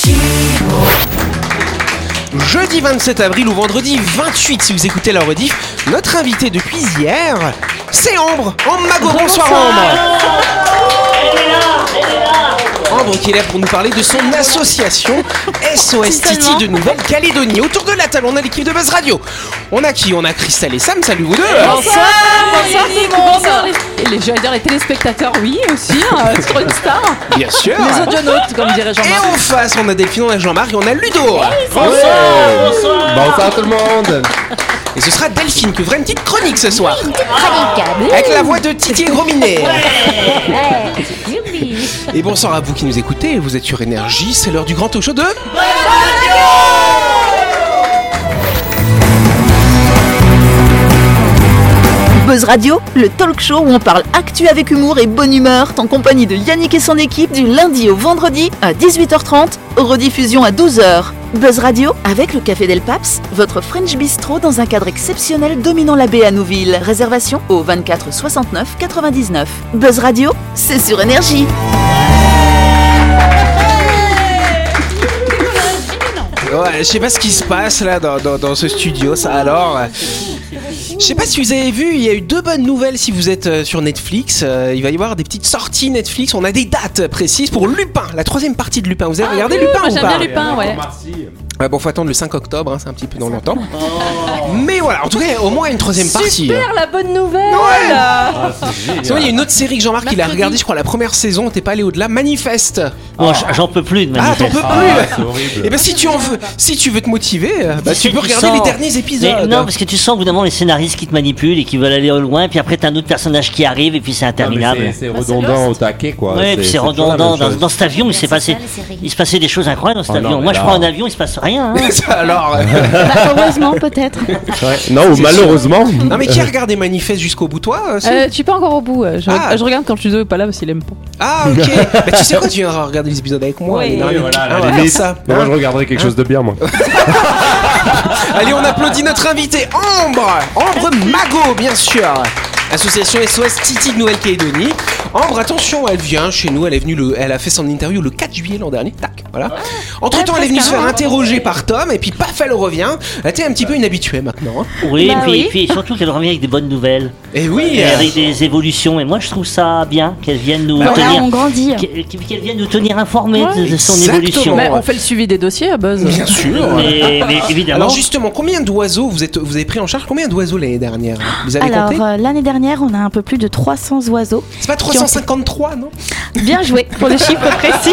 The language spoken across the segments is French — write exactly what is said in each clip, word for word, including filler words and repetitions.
Jeudi vingt-sept avril ou vendredi vingt-huit, si vous écoutez la rediff, notre invité depuis hier, c'est Ambre. Ambre Magot, bonsoir Ambre. Elle est là, elle est là. Ambre qui est là pour nous parler de son association S O S Titi de Nouvelle-Calédonie. Autour de la table, on a l'équipe de Buzz Radio. On a qui ? On a Christelle et Sam, salut vous deux. Bonsoir, bonsoir tout le monde. Et les, j'allais dire les téléspectateurs, oui aussi, hein, sur une star. Bien sûr. Les audionautes, comme dirait Jean-Marc. Et en face, on a Delphine, on a Jean-Marc et on a Ludo. Bonsoir, bonsoir. Bonsoir tout le monde. Et ce sera Delphine qui fera une petite chronique ce soir. Chronique. Avec la voix de Titi et Grominet. Et bonsoir à vous qui nous écoutez, vous êtes sur Énergie, c'est l'heure du grand talk show de... Buzz Radio, le talk show où on parle actu avec humour et bonne humeur, en compagnie de Yannick et son équipe du lundi au vendredi à dix-huit heures trente, rediffusion à douze heures. Buzz Radio avec le Café Del Paps, votre French Bistro dans un cadre exceptionnel dominant la baie à Nouville. Réservation au vingt-quatre soixante-neuf quatre-vingt-dix-neuf. Buzz Radio, c'est sur Énergie. Ouais, je sais pas ce qui se passe là dans, dans, dans ce studio, ça alors... Je sais pas si vous avez vu, il y a eu deux bonnes nouvelles si vous êtes euh, sur Netflix. Euh, il va y avoir des petites sorties Netflix. On a des dates précises pour Lupin, la troisième partie de Lupin. Vous avez ah regardé oui, Lupin moi, ou j'aime pas? bien Lupin, ouais. Ouais, bon, faut attendre le cinq octobre, hein, c'est un petit peu dans longtemps. Oh. Mais voilà, en tout cas, au moins une troisième Super, partie. Super, la bonne nouvelle. Ouais. Ah, c'est vrai, il y a une autre série que Jean-Marc il a regardé, je crois, la première saison. T'es pas allé au-delà. Manifeste. Oh, j'en peux plus de Manifeste. Ah, t'en peux plus. Ah, c'est horrible. Et ben si tu en veux, si tu veux te motiver, bah, tu peux regarder sens... les derniers épisodes. Mais non, parce que tu sens au bout d'un moment les scénaristes qui te manipulent et qui veulent aller au loin, et puis après t'as un autre personnage qui arrive et puis c'est interminable. Non, c'est, c'est redondant au taquet quoi. Ouais, c'est, puis c'est, c'est redondant. Dans, dans cet avion, il s'est passé, il se passait des choses incroyables dans cet oh avion. Non, Moi, je prends un avion, il se passe rien. Hein. Alors. Bah, heureusement, peut-être. Ouais. Non, ou malheureusement. Sûr. Non, mais qui a regardé Manifeste jusqu'au bout, toi euh, Je suis pas encore au bout. Je, ah. je regarde quand Ludo est pas là parce qu'il aime pas. Ah, ok. Bah, tu sais quoi, tu viendras regarder les épisodes avec moi. Oui, oui voilà. Ah, ouais, ça. Moi, je regarderai quelque hein chose de bien, moi. Allez, on applaudit notre invité Ambre. Ambre Magot, bien sûr. Association S O S Titi de Nouvelle-Calédonie. Ambre, attention, elle vient chez nous. Elle est venue, le, elle a fait son interview le quatre juillet l'an dernier. Tac, voilà. Entre temps, elle est venue se faire interroger par Tom et puis paf, elle revient. Elle était un petit peu inhabituée maintenant. Hein. Oui, bah et puis, oui. puis surtout qu'elle revient avec des bonnes nouvelles. Et oui. Et avec des évolutions. Et moi, je trouve ça bien qu'elle vienne nous bah tenir. Là, on grandit. Qu'elle, qu'elle vienne nous tenir informés ouais, de, de son exactement. évolution. Mais on fait le suivi des dossiers à Buzz. Bien sûr. Mais, mais évidemment. Alors justement, combien d'oiseaux vous êtes, vous avez pris en charge? Combien d'oiseaux l'année dernière? Vous avez Alors compté euh, l'année dernière, on a un peu plus de trois cents oiseaux. C'est pas trois cent cinquante-trois, ont... non? Bien joué pour le chiffre précis.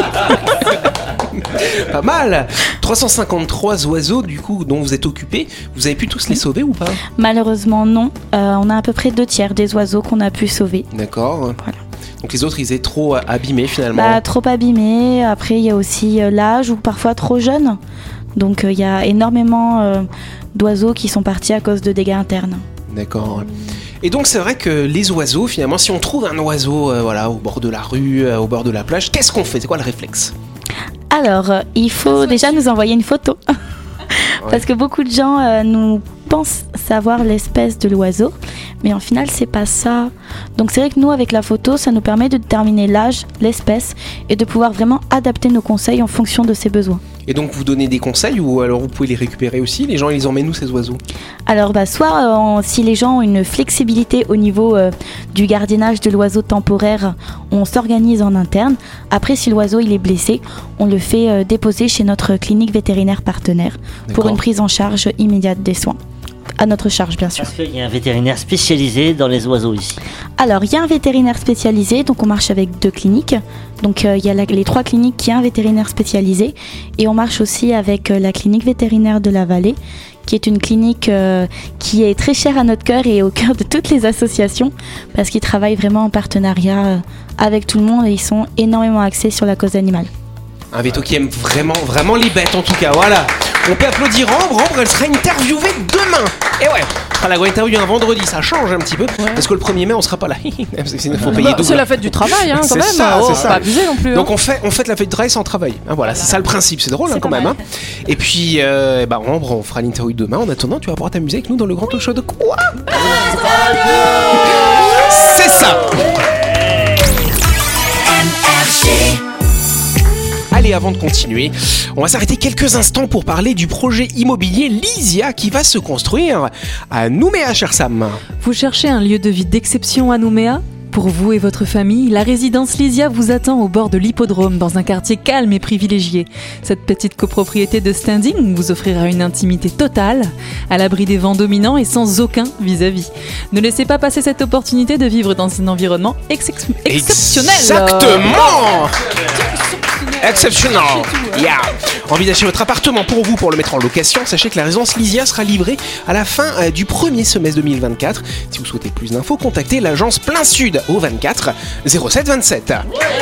Pas mal. trois cent cinquante-trois oiseaux du coup dont vous êtes occupés. Vous avez pu tous les sauver ou pas? Malheureusement non. Euh, on a à peu près deux tiers des oiseaux qu'on a pu sauver. D'accord. Voilà. Donc les autres ils étaient trop abîmés finalement. Bah, trop abîmés. Après il y a aussi euh, l'âge ou parfois trop jeunes. Donc il euh, y a énormément euh, d'oiseaux qui sont partis à cause de dégâts internes. D'accord. Et donc c'est vrai que les oiseaux, finalement, si on trouve un oiseau euh, voilà, au bord de la rue, euh, au bord de la plage, qu'est-ce qu'on fait? C'est quoi le réflexe? Alors, euh, il faut déjà nous envoyer une photo. Ouais. Parce que beaucoup de gens euh, nous pensent savoir l'espèce de l'oiseau, mais en final, c'est pas ça. Donc c'est vrai que nous, avec la photo, ça nous permet de déterminer l'âge, l'espèce, et de pouvoir vraiment adapter nos conseils en fonction de ses besoins. Et donc vous donnez des conseils ou alors vous pouvez les récupérer aussi? Les gens ils les emmènent où ces oiseaux? Alors bah, soit euh, si les gens ont une flexibilité au niveau euh, du gardiennage de l'oiseau temporaire, on s'organise en interne. Après si l'oiseau il est blessé, on le fait euh, déposer chez notre clinique vétérinaire partenaire. D'accord. Pour une prise en charge immédiate des soins. À notre charge bien sûr. Parce qu'il y a un vétérinaire spécialisé dans les oiseaux ici. Alors il y a un vétérinaire spécialisé, donc on marche avec deux cliniques. Donc euh, il y a la, les trois cliniques qui ont un vétérinaire spécialisé. Et on marche aussi avec euh, la clinique vétérinaire de la Vallée, qui est une clinique euh, qui est très chère à notre cœur et au cœur de toutes les associations, parce qu'ils travaillent vraiment en partenariat euh, avec tout le monde et ils sont énormément axés sur la cause animale. Un véto qui aime vraiment, vraiment les bêtes en tout cas, voilà. On peut applaudir Ambre, Ambre elle sera interviewée demain. Et ouais, on fera la grande interview un vendredi, ça change un petit peu. Ouais. Parce que le premier mai on sera pas là. Il faut payer bah, double. C'est la fête du travail hein, quand c'est même. Ça, oh, c'est ça. Pas abusé non plus. Donc hein. on fait, on fait la fête du travail sans travail. Hein, voilà, c'est ça le principe, c'est drôle c'est hein, quand même. Hein. Et puis, euh, bah, Ambre, on fera l'interview demain. En attendant, tu vas pouvoir t'amuser avec nous dans le grand talk show de quoi? C'est ça. Allez, avant de continuer, on va s'arrêter quelques instants pour parler du projet immobilier Lysia qui va se construire à Nouméa, cher Sam. Vous cherchez un lieu de vie d'exception à Nouméa ? Pour vous et votre famille, la résidence Lysia vous attend au bord de l'hippodrome dans un quartier calme et privilégié. Cette petite copropriété de standing vous offrira une intimité totale, à l'abri des vents dominants et sans aucun vis-à-vis. Ne laissez pas passer cette opportunité de vivre dans un environnement ex- exceptionnel. Exactement. Exceptionnel. Yeah. Envie d'acheter votre appartement pour vous pour le mettre en location, sachez que la résidence Lysia sera livrée à la fin euh, du premier semestre deux mille vingt-quatre. Si vous souhaitez plus d'infos, contactez l'agence Plein Sud au vingt-quatre zéro sept vingt-sept.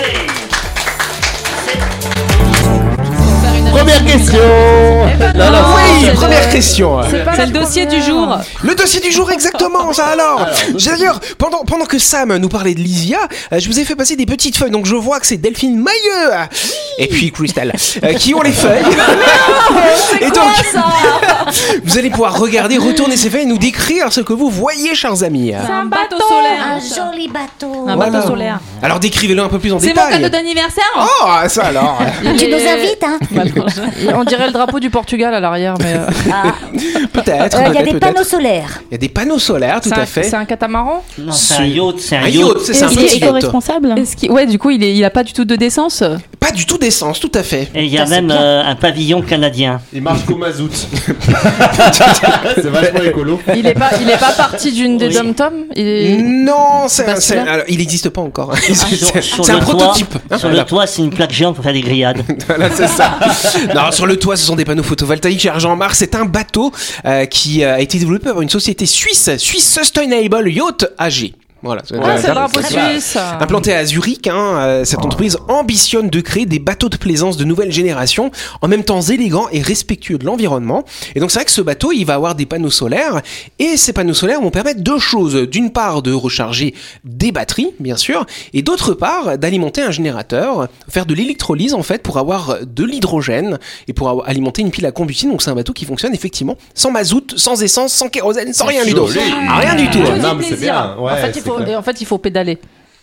Première question. Non, non, oui, première question. C'est, c'est le dossier du jour. Le dossier du jour, exactement, ça alors. D'ailleurs, pendant, pendant que Sam nous parlait de Lysia, euh, je vous ai fait passer des petites feuilles. Donc je vois que c'est Delphine Mailleux et puis Christelle euh, qui ont les feuilles. C'est et quoi donc, ça vous allez pouvoir regarder, retourner ces feuilles et nous décrire ce que vous voyez, chers amis. C'est un bateau solaire. Un joli bateau. Un Voilà. bateau solaire. Alors décrivez-le un peu plus en C'est mon détail. cadeau d'anniversaire. Oh, ça alors. Tu nous invites, hein? On dirait le drapeau du Portugal à l'arrière, mais. euh, Ah. Peut-être. Euh, Il y a peut-être, des peut-être. panneaux solaires. Il y a des panneaux solaires, tout c'est à un- fait. C'est un catamaran. Non, c'est un yacht, c'est un Un yacht. yacht, c'est ça, un Il est petit yacht. éco-responsable. Est-ce qu'il... Ouais, du coup, il, est... il a pas du tout de d'essence. Pas du tout d'essence, tout à fait. Et il y a Ça, c'est même bien. euh, un pavillon canadien. Il marche qu'au mazout. C'est vachement écolo. Il est pas, il est pas parti d'une des Oui. dom-tom. Il est... Non, c'est, Bah, c'est- c'est là. alors, il n'existe pas encore. Sur, c'est sur c'est un le toit, prototype. hein, sur voilà. le toit, c'est une plaque géante pour faire des grillades. Voilà, c'est ça. Non, sur le toit, ce sont des panneaux photovoltaïques. Cher Jean-Marc, c'est un bateau euh, qui euh, a été développé par une société suisse, Swiss Sustainable Yacht A G. Voilà. Ah, c'est le drapeau Très bien. suisse. Implanté à Zurich, hein, euh, cette entreprise ambitionne de créer des bateaux de plaisance de nouvelle génération, en même temps élégants et respectueux de l'environnement. Et donc c'est vrai que ce bateau, il va avoir des panneaux solaires, et ces panneaux solaires vont permettre deux choses. D'une part, de recharger des batteries, bien sûr, et d'autre part, d'alimenter un générateur, faire de l'électrolyse en fait, pour avoir de l'hydrogène, et pour avoir- alimenter une pile à combustible. Donc c'est un bateau qui fonctionne effectivement sans mazout, sans essence, sans kérosène, sans rien du tout. Joli. Ah, rien du tout. Que du Non, mais c'est plaisir. bien. Ouais, en, fait, il c'est faut, clair. et en fait, il faut pédaler.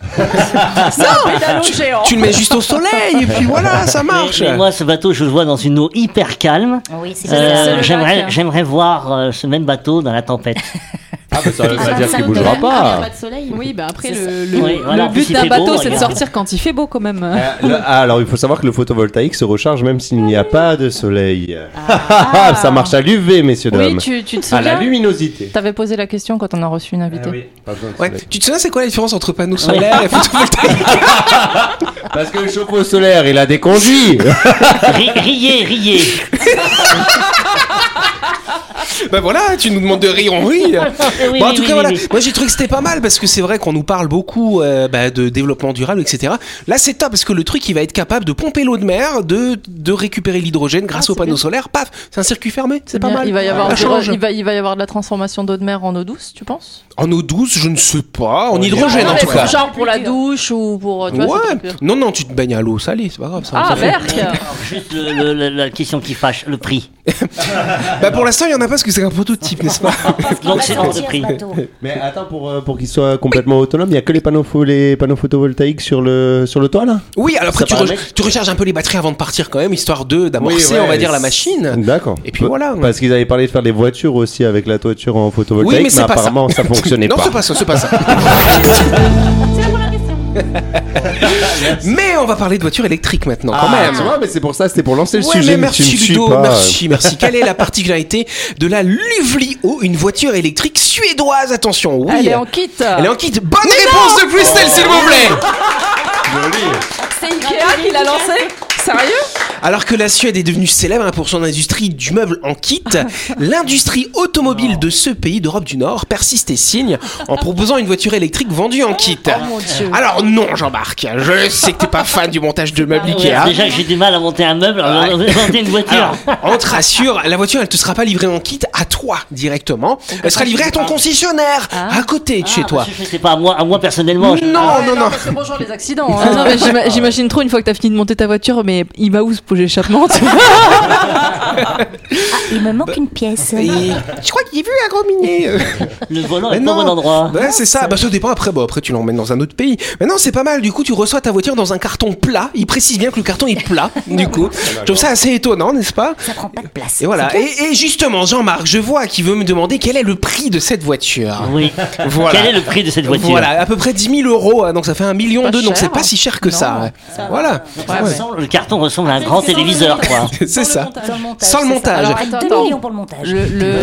tu, tu le mets juste au soleil, et puis voilà, ça marche. Mais, mais moi, ce bateau, je le vois dans une eau hyper calme. Oui, c'est Euh, ça. c'est le j'aimerais, lac. j'aimerais voir euh, ce même bateau dans la tempête. Ah, bah ça veut Ah, pas dire ça qu'il me bougera donne- pas. de soleil. Oui, bah après, C'est le, ça. le, Oui, le voilà, en plus, but il d'un fait bateau, beau, c'est de regarde. sortir quand il fait beau quand même. Euh, le- ah, alors il faut savoir que le photovoltaïque se recharge même s'il n'y a pas de soleil. Ah. Ça marche à l'U V, messieurs Oui, dames. tu, tu te À la souviens luminosité. T'avais posé la question quand on a reçu une invitée. Ah oui, pas besoin de Ouais. soleil. Tu te souviens, c'est quoi la différence entre panneaux solaires et photovoltaïques? Parce que le chauffe-eau solaire, il a des conduits. Ri- riez, riez. Bah voilà, tu nous demandes de rire, on rit. Oui, Bon, en oui, tout oui, cas, oui, voilà. oui. Moi, j'ai trouvé que c'était pas mal parce que c'est vrai qu'on nous parle beaucoup euh, bah, de développement durable, et cetera. Là, c'est top parce que le truc, il va être capable de pomper l'eau de mer, de, de récupérer l'hydrogène grâce Ah, aux c'est panneaux bien. solaires. Paf, c'est un circuit fermé, c'est pas Bien, mal. Il va y avoir, Ça du- change. il va, il va y avoir de la transformation d'eau de mer en eau douce, tu penses? En eau douce, je ne sais pas. En hydrogène, en Ouais, tout cas. Genre pour la douche ou pour. Tu vois, Ouais. ce truc. Non, non, tu te baignes à l'eau salée, c'est pas grave. Ça, Ah, ça fait- Berk. Alors, juste le- le- le- la question qui fâche, le prix. Bah pour l'instant, il y en a pas parce que c'est un prototype, n'est-ce pas? Donc c'est hors de prix. Mais attends, pour, euh, pour qu'il soit complètement autonome, il n'y a que les panneaux, pho- les panneaux photovoltaïques sur le, sur le toit là. Oui, alors après, Ça tu, paraît re- mec. tu recharges un peu les batteries avant de partir quand même, histoire de d'amorcer, Oui, ouais, on va dire, la c'est- machine. D'accord. Et puis voilà. Parce qu'ils avaient parlé de faire des voitures aussi avec la toiture en photovoltaïque, Oui, mais mais, c'est pas ça. apparemment ça, fonctionnait Non, pas. c'est pas ça, c'est pas ça. Mais on va parler de voitures électriques maintenant, quand Ah, même. tu vois, mais c'est pour ça, c'était pour lancer le Ouais, sujet. mais mais tu merci me suis Ludo, pas. merci, merci. Quelle est la particularité de la Luvlio, une voiture électrique suédoise? Attention, oui. Elle est en kit. Elle est en kit. Bonne réponse de Christelle, s'il vous plaît. C'est Ikea qui l'a lancé. Sérieux? Alors que la Suède est devenue célèbre hein, pour son industrie du meuble en kit, l'industrie automobile de ce pays d'Europe du Nord persiste et signe en proposant une voiture électrique vendue en kit. Alors non, Jean-Marc, je sais que t'es pas fan du montage de meubles Ouais, Ikea. déjà que j'ai du mal à monter un meuble, alors monter une voiture. Alors, on te rassure, la voiture, elle te sera pas livrée en kit à toi directement. Elle sera livrée à ton concessionnaire, à côté de chez toi. Ah, c'est pas à moi, à moi personnellement. je- Non, non, non. Parce que bonjour les accidents. hein. Non, mais j'ima- j'imagine trop une fois que t'as fini de monter ta voiture, mais il va où ce pour l'échappement. Ah, il me manque une pièce. Et je crois qu'il y a vu un gros minet. Le volant Mais est pas au non. bon endroit. Ouais, c'est ça. Bah, ça dépend après. Bon, après, tu l'emmènes dans un autre pays. Mais non, c'est pas mal. Du coup, tu reçois ta voiture dans un carton plat. Il précise bien que le carton est plat. Du coup, je trouve ça assez étonnant, n'est-ce pas? Ça prend pas de place. Et voilà. Et, et justement, Jean-Marc, je vois qu'il veut me demander quel est le prix de cette voiture. Oui. Voilà. Quel est le prix de cette voiture? Voilà, à peu près dix mille euros. hein, Donc ça fait un million Pas deux. Donc cher, c'est pas hein. si cher que ça. Non, ouais. ça va. Voilà. Ça ressemble- Le carton ressemble à un grand téléviseur, quoi. C'est ça. Sans le montage. Sans le c'est ça. montage. Alors, Attends, deux attends. millions pour le montage. Le,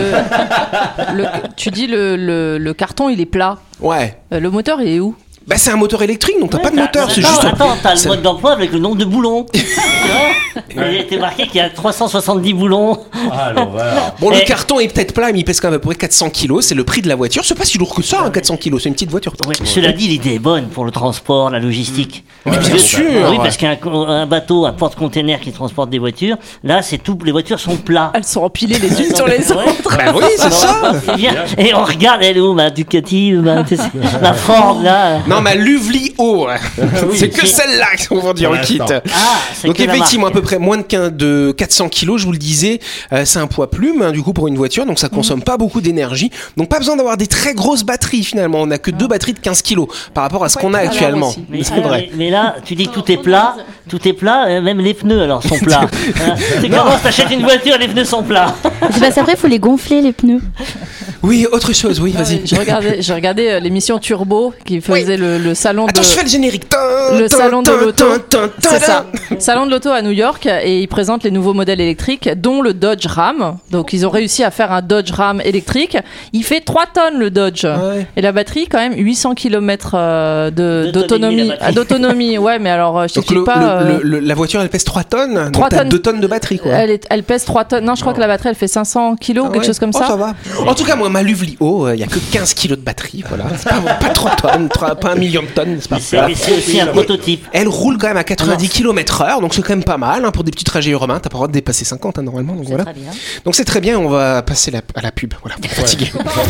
le, le- tu dis le, le, le carton il est plat. Ouais. Euh, Le moteur il est où? Bah c'est un moteur électrique, donc t'as pas de moteur. C'est Attends, juste. attends, t'as le c'est- mode d'emploi avec le nombre de boulons. Tu vois Il a été marqué qu'il y a trois cent soixante-dix boulons. Ah, l'horreur. Bon, le Et- carton est peut-être plat, mais il pèse quand même à peu près quatre cents kilos. C'est le prix de la voiture. C'est pas si lourd que ça, hein, quatre cents kilos. C'est une petite voiture. Ouais, cela dit, l'idée est bonne pour le transport, la logistique. Mais bien Parce que- sûr. Oui, parce qu'un co- un bateau, un porte-container qui transporte des voitures, là, c'est tout, les voitures sont plats. Elles sont empilées les unes sur les Ouais. autres. Bah oui, c'est ça. C'est bien. Et on regarde, elle est où, ma Ducati, ma, tu sais, la Ford, là. Non, ma Luvli O. C'est que c'est- celle-là qu'on vend dire au kit. Ah, c'est Donc que la effectivement, à marque. peu près moins de, quinze de quatre cents kilos, je vous le disais, euh, c'est un poids plume hein, du coup pour une voiture, donc ça consomme pas beaucoup d'énergie, donc pas besoin d'avoir des très grosses batteries finalement. On a que deux batteries de quinze kilos par rapport à ce qu'on a alors actuellement. aussi. Mais, C'est vrai. mais- mais là, tu dis que tout est plat, tout est plat, euh, même les pneus alors sont plats. Hein, c'est comment t'achètes une voiture, les pneus sont plats. C'est parce qu'après, il faut les gonfler, les pneus. Oui, autre chose, oui, Ah oui, vas-y. J'ai regardé, j'ai regardé euh, l'émission Turbo qui faisait le, le salon de. Attends, je fais le générique. Le salon de l'auto, c'est ça. Salon de l'auto à New York et ils présentent les nouveaux modèles électriques, dont le Dodge Ram. Donc ils ont réussi à faire un Dodge Ram électrique. Il fait trois tonnes le Dodge Ouais. et la batterie quand même huit cents kilomètres euh, de Deux tonnes et demie, d'autonomie. la batterie. Ah, d'autonomie, ouais, mais alors euh, je Donc t'explique le, pas. le- euh, le- le- la voiture elle pèse trois tonnes, trois donc t'as tonnes. deux tonnes de batterie quoi. Elle, est- elle pèse trois tonnes. Non, je crois que la batterie elle fait cinq cents kilos, Ah quelque ouais. chose comme Oh, ça. ça va. En tout cas, moi, ma Luvli O, il y a que quinze kilos de batterie, voilà. C'est pas, pas trois tonnes, trois- pas un million de tonnes, n'est-ce pas? Mais c'est mais c'est aussi un prototype. Elle roule quand même à quatre-vingt-dix kilomètres heure, donc c'est quand même pas mal hein, pour des petits trajets urbains. T'as pas le droit de dépasser cinquante hein, normalement, donc voilà. Très bien. Donc c'est très bien. On va passer la- à la pub. Voilà, pour fatiguer.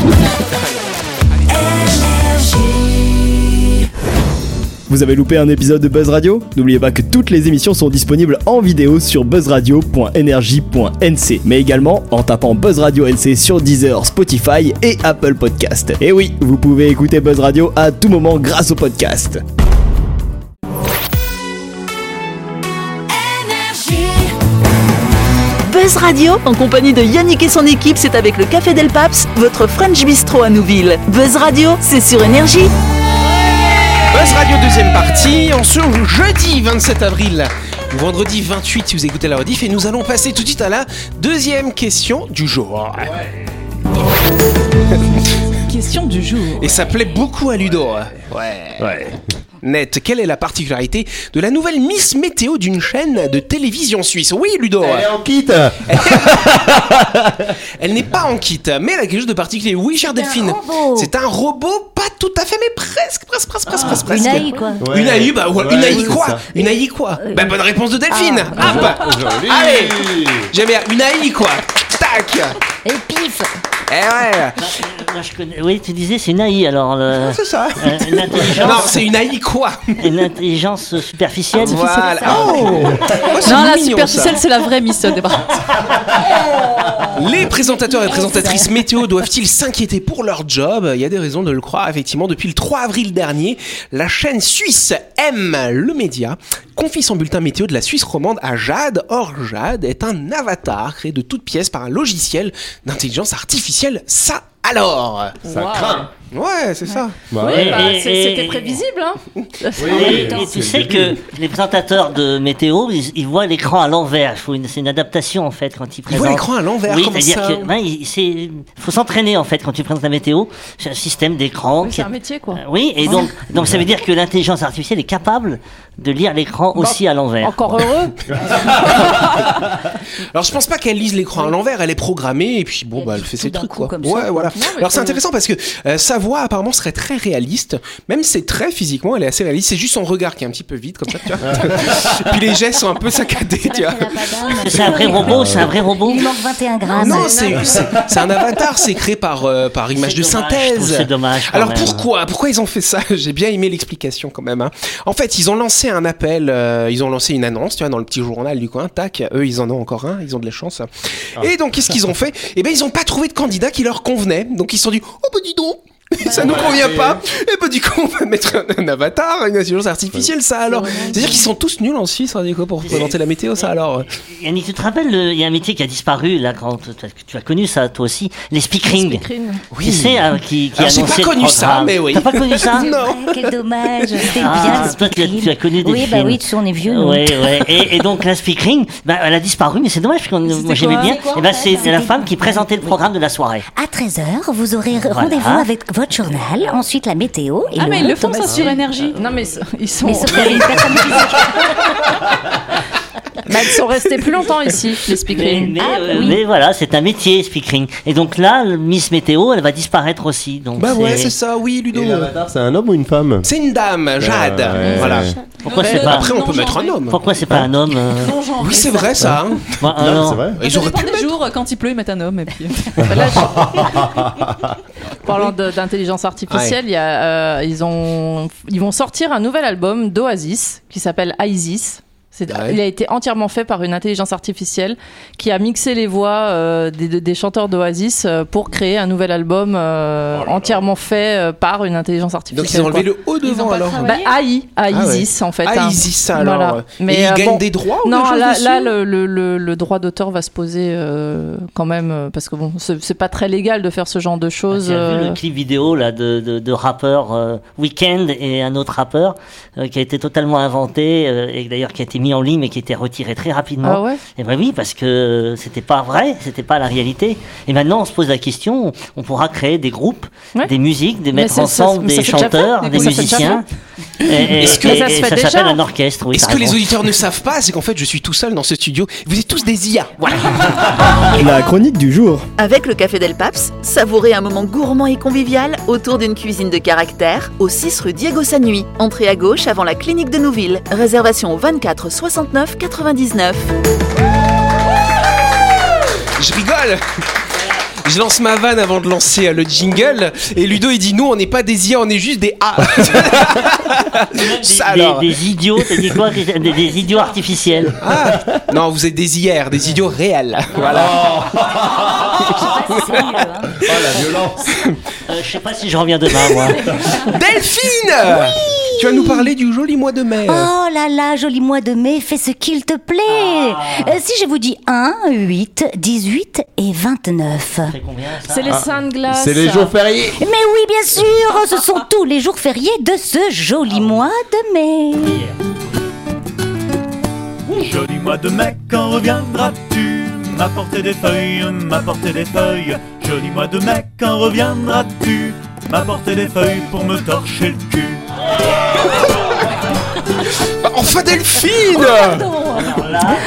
Vous avez loupé un épisode de Buzz Radio? N'oubliez pas que toutes les émissions sont disponibles en vidéo sur buzzradio point energie point n c, mais également en tapant Buzz Radio N C sur Deezer, Spotify et Apple Podcast. Et oui, vous pouvez écouter Buzz Radio à tout moment grâce au podcast. Buzz Radio, en compagnie de Yannick et son équipe, c'est avec le Café Del Paps, votre French Bistro à Nouville. Buzz Radio, c'est sur Énergie. Buzz Radio deuxième partie, en ce jeudi vingt-sept avril, ou vendredi vingt-huit si vous écoutez la rediff, et nous allons passer tout de suite à la deuxième question du jour. Question du jour. Et ça plaît beaucoup à Ludo. Ouais. Ouais. Net, quelle est la particularité de la nouvelle Miss Météo d'une chaîne de télévision suisse? Oui, Ludo. Elle est en kit. Elle n'est pas en kit, mais elle a quelque chose de particulier. Oui, chère C'est un Delphine. robot. C'est un robot, pas tout à fait, mais presque, presque, presque, presque, presque. Une presque. A I quoi. Ouais. Une A I, bah ouais, Ouais, une A I c'est quoi ça. Une A I quoi Euh, Bah bonne réponse de Delphine. Ah. Hop. Joli. Allez. J'aime bien. Une A I quoi. Tac. Et pif. Eh ouais. Moi, je connais- Oui, tu disais c'est une A I alors. le- C'est ça. euh, une intelligence, Non, c'est une A I quoi. une intelligence superficielle. Voilà. Oh. Oh, c'est Non, la mignon, superficielle ça. c'est la vraie Miss Débat. Les présentateurs et présentatrices météo doivent-ils s'inquiéter pour leur job? Il y a des raisons de le croire, effectivement. Depuis le trois avril dernier, la chaîne suisse M, le média, confie son bulletin météo de la Suisse romande à Jade. Or, Jade est un avatar créé de toutes pièces par un logiciel d'intelligence artificielle. Ça alors? Ça craint. Ouais, c'est ça. Bah Oui, ouais. bah, Et- c'est- et- c'était prévisible. Hein. Et, et tu sais que les présentateurs de météo, ils, ils voient l'écran à l'envers. Il faut une- C'est une adaptation en fait quand ils Ils présentent. voient l'écran à l'envers, Oui, comme c'est-à-dire ça. que ben, il c'est- faut s'entraîner en fait quand tu présentes la météo. C'est un système d'écran. Oui, qui c'est est- un métier quoi. Euh, Oui, et donc, donc ça veut dire que l'intelligence artificielle est capable de lire l'écran aussi à l'envers. Encore heureux. Alors je pense pas qu'elle lise l'écran à l'envers, elle est programmée et puis bon Elle bah elle lit fait tout ses d'un trucs coup quoi. comme Ouais ça. voilà. Non, mais Alors c'est faut- intéressant parce que euh, ça sa voix apparemment serait très réaliste. Même ses traits physiquement, elle est assez réaliste. C'est juste son regard qui est un petit peu vide comme ça, tu vois. Puis les gestes sont un peu saccadés, tu vois. C'est un vrai robot, c'est un vrai robot. Il manque vingt et un grammes. Non, c'est, c'est, c'est un avatar, c'est créé par, euh, par image C'est de dommage, synthèse. je trouve c'est dommage. quand Alors même. pourquoi Pourquoi ils ont fait ça J'ai bien aimé l'explication quand même. Hein. En fait, ils ont lancé un appel, euh, ils ont lancé une annonce, tu vois, dans le petit journal du coin. Tac, eux, ils en ont encore un, ils ont de la chance. Et donc, qu'est-ce qu'ils ont fait Eh ben, ils ont pas trouvé de candidat qui leur convenait. Donc, ils se sont dit, oh bah dis donc. Ça nous convient pas. Et bah du coup on va mettre un, un avatar, une intelligence artificielle, ça alors. C'est-à-dire qu'ils sont tous nuls en Suisse, hein, quoi, pour présenter la météo, ça alors. Yannick, tu te rappelles, le- il y a un métier qui a disparu là quand tu as, tu as connu ça toi aussi, les speakerings. Speakerine. Tu sais, hein, qui, qui Alors, j'ai annonçait pas le connu ça, programme. mais oui. T'as pas connu ça Non. Ouais, quel dommage. C'était Ah, bien, le toi, tu as, speakerine. tu as connu des Oui, films. bah oui, tu sais, on est vieux, nous. Ouais, ouais. Et, et donc la speaking, bah, elle a disparu, mais c'est dommage parce que moi j'aimais quoi bien. C'est quoi, Et bah, en fait c'est la femme qui présentait le programme de la soirée. À treize heures, vous aurez Voilà. rendez-vous avec votre journal, ensuite la météo et Ah, le mais ils le monde font ça automatique. sur énergie. Non mais c- ils sont, Mais sauf qu'il y avait une personne physique. bah, ils sont restés plus longtemps ici, les Mais, speakerines. mais, Ah, euh, oui. mais voilà, c'est un métier speaking. Et donc là, le Miss Météo, elle va disparaître aussi. Donc Bah ouais, c'est- c'est ça, oui, Ludo. Et l'avatar, c'est un homme ou une femme? C'est une dame, Jade. ouais. Voilà. Pourquoi Ouais, c'est pas Après, on non peut mettre un genré. homme. Pourquoi c'est pas un homme euh, Oui, c'est vrai ça. Hein. bah, Non, alors- c'est vrai. Ils Ça auraient dépend pu des mettre. jours, quand il pleut, ils mettent un homme. Et puis... Bah, là, je- Parlant de- d'intelligence artificielle, il y a, euh, ils, ont, ils vont sortir un nouvel album d'Oasis qui s'appelle Isis. C'est- Ouais. Il a été entièrement fait par une intelligence artificielle qui a mixé les voix euh, des, des chanteurs d'Oasis euh, pour créer un nouvel album euh, entièrement fait euh, par une intelligence artificielle. Donc ils ont enlevé quoi. le haut Ils ont devant pas alors. travaillé. Bah, A I, Ah ouais. Isis en fait. Ah, hein. Isis, ça alors. Voilà. Mais Mais, ils euh, gagnent bon, des droits ou Non, quelque chose là, dessus là le, le, le, le droit d'auteur va se poser euh, quand même euh, parce que bon, c'est c'est pas très légal de faire ce genre de choses. Tu as vu euh, le clip vidéo là de, de, de rappeur euh, Weeknd et un autre rappeur euh, qui a été totalement inventé euh, et d'ailleurs qui a été mis en ligne mais qui a été retiré très rapidement. Ah ouais. Et ben oui, parce que c'était pas vrai, c'était pas la réalité. Et maintenant, on se pose la question, on pourra créer des groupes, Ouais. des musiques, des Mais mettre ça- ça- ensemble mais ça des se fait déjà chanteurs, fait. des Mais ça se fait déjà musiciens. Et, et- Est-ce que et- ça se et fait ça déjà s'appelle un orchestre, oui. Est-ce t'as que les raison. auditeurs ne savent pas, c'est qu'en fait je suis tout seul dans ce studio. Vous êtes tous des I A. Voilà. La chronique du jour. Avec le Café Del Paps, savourez un moment gourmand et convivial autour d'une cuisine de caractère au six rue Diego Sanui. Entrée à gauche avant la clinique de Nouville. Réservation au vingt-quatre soixante-neuf quatre-vingt-dix-neuf. Je rigole. Je lance ma vanne avant de lancer euh, le jingle et Ludo il dit nous on n'est pas des I A, on est juste des A. Des, Ça, des- alors. des idiots, t'as dit quoi des, des- des idiots artificiels. Ah, non, vous êtes des I R, des idiots réels. Voilà. C'est mieux, hein. Oh la violence! Euh, je sais pas si je reviens demain, moi. Delphine, tu vas nous parler du joli mois de mai. Oh là là, joli mois de mai, fais ce qu'il te plaît. Euh, si je vous dis un, huit, dix-huit et vingt-neuf. C'est combien ça C'est les seins de glace. C'est les jours fériés! Mais oui, bien sûr, ce sont tous les jours fériés de ce joli mois de mai. Joli mois de mai, quand reviendras-tu m'apporter des feuilles, m'apporter des feuilles. Joli mois de mai, quand reviendras-tu m'apporter des feuilles pour me torcher le cul. Bah, enfin Delphine. Alors là,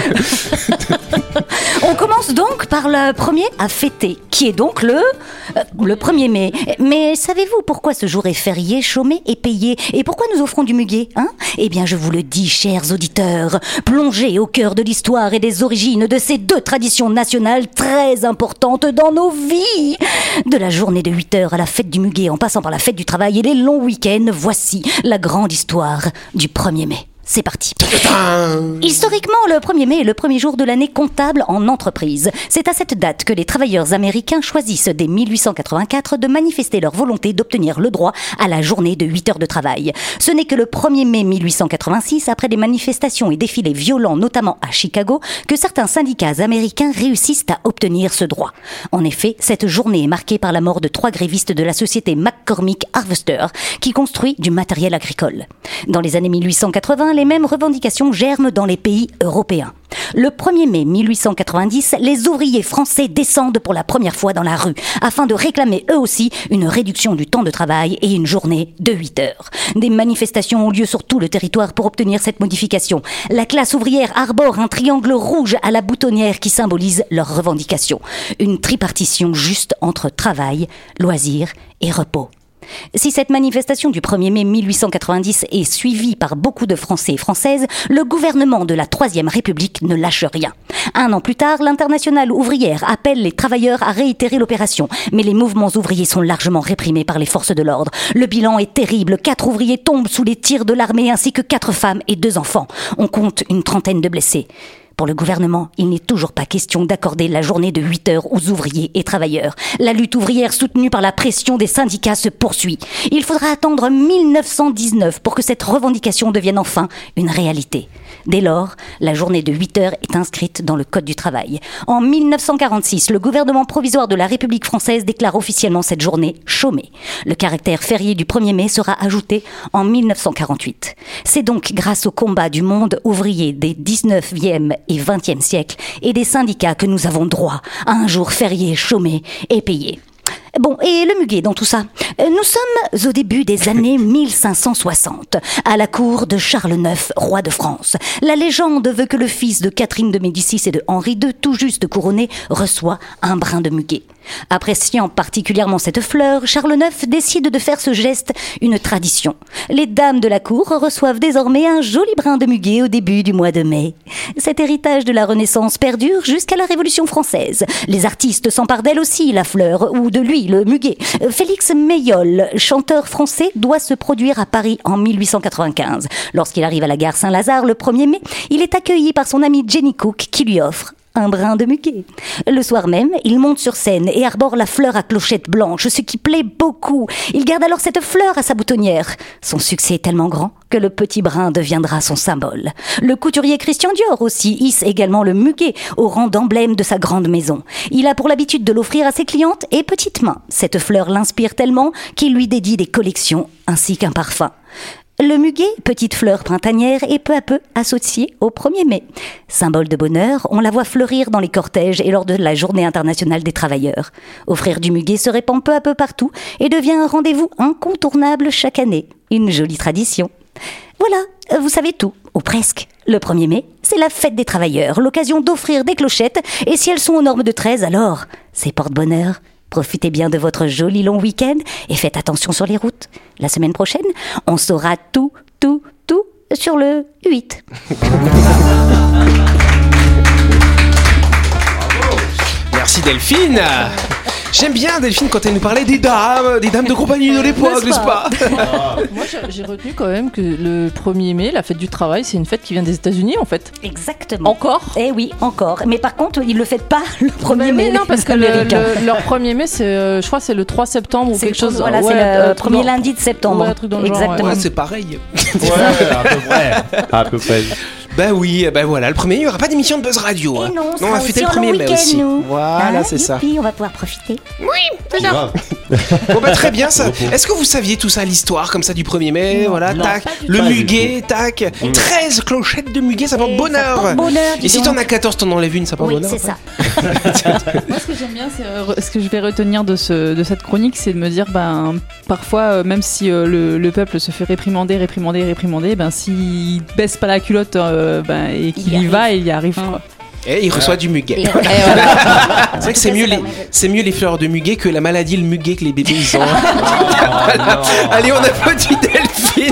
On commence donc par le premier à fêter, qui est donc le, euh, le premier mai. Mais savez-vous pourquoi ce jour est férié, chômé et payé? Et pourquoi nous offrons du muguet, hein? Eh bien, je vous le dis, chers auditeurs, plongez au cœur de l'histoire et des origines de ces deux traditions nationales très importantes dans nos vies. De la journée de huit heures à la fête du muguet, en passant par la fête du travail et les longs week-ends, voici la grande histoire du premier mai. C'est parti. Historiquement, le premier mai est le premier jour de l'année comptable en entreprise. C'est à cette date que les travailleurs américains choisissent dès mille huit cent quatre-vingt-quatre de manifester leur volonté d'obtenir le droit à la journée de huit heures de travail. Ce n'est que le premier mai mille huit cent quatre-vingt-six, après des manifestations et défilés violents, notamment à Chicago, que certains syndicats américains réussissent à obtenir ce droit. En effet, cette journée est marquée par la mort de trois grévistes de la société McCormick Harvester, qui construit du matériel agricole. Dans les années mille huit cent quatre-vingts, les mêmes revendications germent dans les pays européens. Le premier mai mille huit cent quatre-vingt-dix, les ouvriers français descendent pour la première fois dans la rue, afin de réclamer eux aussi une réduction du temps de travail et une journée de huit heures. Des manifestations ont lieu sur tout le territoire pour obtenir cette modification. La classe ouvrière arbore un triangle rouge à la boutonnière qui symbolise leurs revendications. Une tripartition juste entre travail, loisirs et repos. Si cette manifestation du premier mai mille huit cent quatre-vingt-dix est suivie par beaucoup de Français et Françaises, le gouvernement de la Troisième République ne lâche rien. Un an plus tard, l'Internationale ouvrière appelle les travailleurs à réitérer l'opération, mais les mouvements ouvriers sont largement réprimés par les forces de l'ordre. Le bilan est terrible, quatre ouvriers tombent sous les tirs de l'armée ainsi que quatre femmes et deux enfants. On compte une trentaine de blessés. Pour le gouvernement, il n'est toujours pas question d'accorder la journée de huit heures aux ouvriers et travailleurs. La lutte ouvrière soutenue par la pression des syndicats se poursuit. Il faudra attendre mille neuf cent dix-neuf pour que cette revendication devienne enfin une réalité. Dès lors, la journée de huit heures est inscrite dans le Code du travail. En mille neuf cent quarante-six, le gouvernement provisoire de la République française déclare officiellement cette journée chômée. Le caractère férié du premier mai sera ajouté en mille neuf cent quarante-huit. C'est donc grâce au combat du monde ouvrier des dix-neuvième et vingtième siècles et des syndicats que nous avons droit à un jour férié, chômé et payé. Bon, et le muguet dans tout ça? Nous sommes au début des années mille cinq cent soixante, à la cour de Charles neuf, roi de France. La légende veut que le fils de Catherine de Médicis et de Henri deux, tout juste couronné, reçoit un brin de muguet. Appréciant particulièrement cette fleur, Charles neuf décide de faire ce geste une tradition. Les dames de la cour reçoivent désormais un joli brin de muguet au début du mois de mai. Cet héritage de la Renaissance perdure jusqu'à la Révolution française. Les artistes s'emparent d'elle aussi, la fleur, ou de lui, le muguet. Félix Mayol, chanteur français, doit se produire à Paris en mille huit cent quatre-vingt-quinze. Lorsqu'il arrive à la gare Saint-Lazare le premier mai, il est accueilli par son ami Jenny Cook qui lui offre un brin de muguet. Le soir même, il monte sur scène et arbore la fleur à clochette blanche, ce qui plaît beaucoup. Il garde alors cette fleur à sa boutonnière. Son succès est tellement grand que le petit brin deviendra son symbole. Le couturier Christian Dior aussi hisse également le muguet au rang d'emblème de sa grande maison. Il a pour l'habitude de l'offrir à ses clientes et petites mains. Cette fleur l'inspire tellement qu'il lui dédie des collections ainsi qu'un parfum. Le muguet, petite fleur printanière, est peu à peu associé au premier mai. Symbole de bonheur, on la voit fleurir dans les cortèges et lors de la Journée internationale des travailleurs. Offrir du muguet se répand peu à peu partout et devient un rendez-vous incontournable chaque année. Une jolie tradition. Voilà, vous savez tout, ou presque. Le premier mai, c'est la fête des travailleurs, l'occasion d'offrir des clochettes, et si elles sont aux normes de treize, alors c'est porte-bonheur. Profitez bien de votre joli long week-end et faites attention sur les routes. La semaine prochaine, on saura tout, tout, tout sur le huit. Merci Delphine. J'aime bien Delphine quand elle nous parlait des dames, des dames de compagnie de l'époque, n'est-ce pas? Moi j'ai retenu quand même que le premier mai, la fête du travail, c'est une fête qui vient des États-Unis en fait. Exactement. Encore? Eh oui, encore. Mais par contre, ils le fêtent pas le premier mai. Non, parce que le, le, leur premier mai, c'est, euh, je crois, c'est le trois septembre ou c'est quelque chose. Voilà, ouais, c'est le euh, premier lundi de septembre. Ouais, un truc dans le Exactement. genre, ouais. Ouais, c'est pareil. Ouais, à peu près. À peu près. Bah oui, bah voilà, le premier, il n'y aura pas d'émission de Buzz Radio. Et non, on va fêter le premier mai aussi. Nous. Voilà, ah, c'est ça. On va pouvoir profiter. Oui, c'est ça. Bon bah très bien ça. Est-ce que vous saviez tout ça, l'histoire comme ça du premier mai? Non, voilà, non, tac, le tout. muguet, tac, Mmh. treize clochettes de muguet, ça porte Et bonheur. ça porte bonheur, dis Et si donc. t'en as quatorze, t'en enlèves une, ça porte Oui, bonheur. c'est ça. Moi, ce que j'aime bien, c'est euh, ce que je vais retenir de, ce, de cette chronique, c'est de me dire, ben, parfois, euh, même si euh, le, le peuple se fait réprimander, réprimander, réprimander, ben, s'il baisse pas la culotte euh, ben, et qu'il Il y y va, il y arrive. quoi. Et il reçoit du muguet. Et- C'est vrai que c'est mieux, les, c'est mieux les fleurs de muguet que la maladie, le muguet que les bébés ils ont. Voilà. Allez, on applaudit Delphine.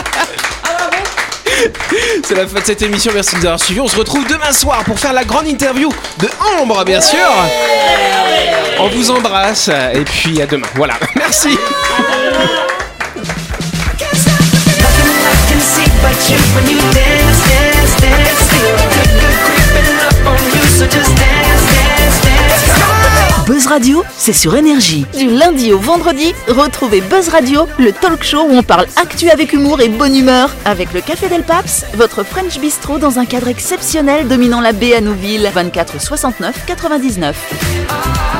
C'est la fin de cette émission, merci de nous avoir suivis. On se retrouve demain soir pour faire la grande interview de Ambre, bien sûr. On vous embrasse et puis à demain. Voilà, merci. Buzz Radio, c'est sur Énergie. Du lundi au vendredi, retrouvez Buzz Radio, le talk show où on parle actu avec humour et bonne humeur. Avec le Café Del Paps, votre French Bistro dans un cadre exceptionnel dominant la baie à Nouville. vingt-quatre soixante-neuf quatre-vingt-dix-neuf.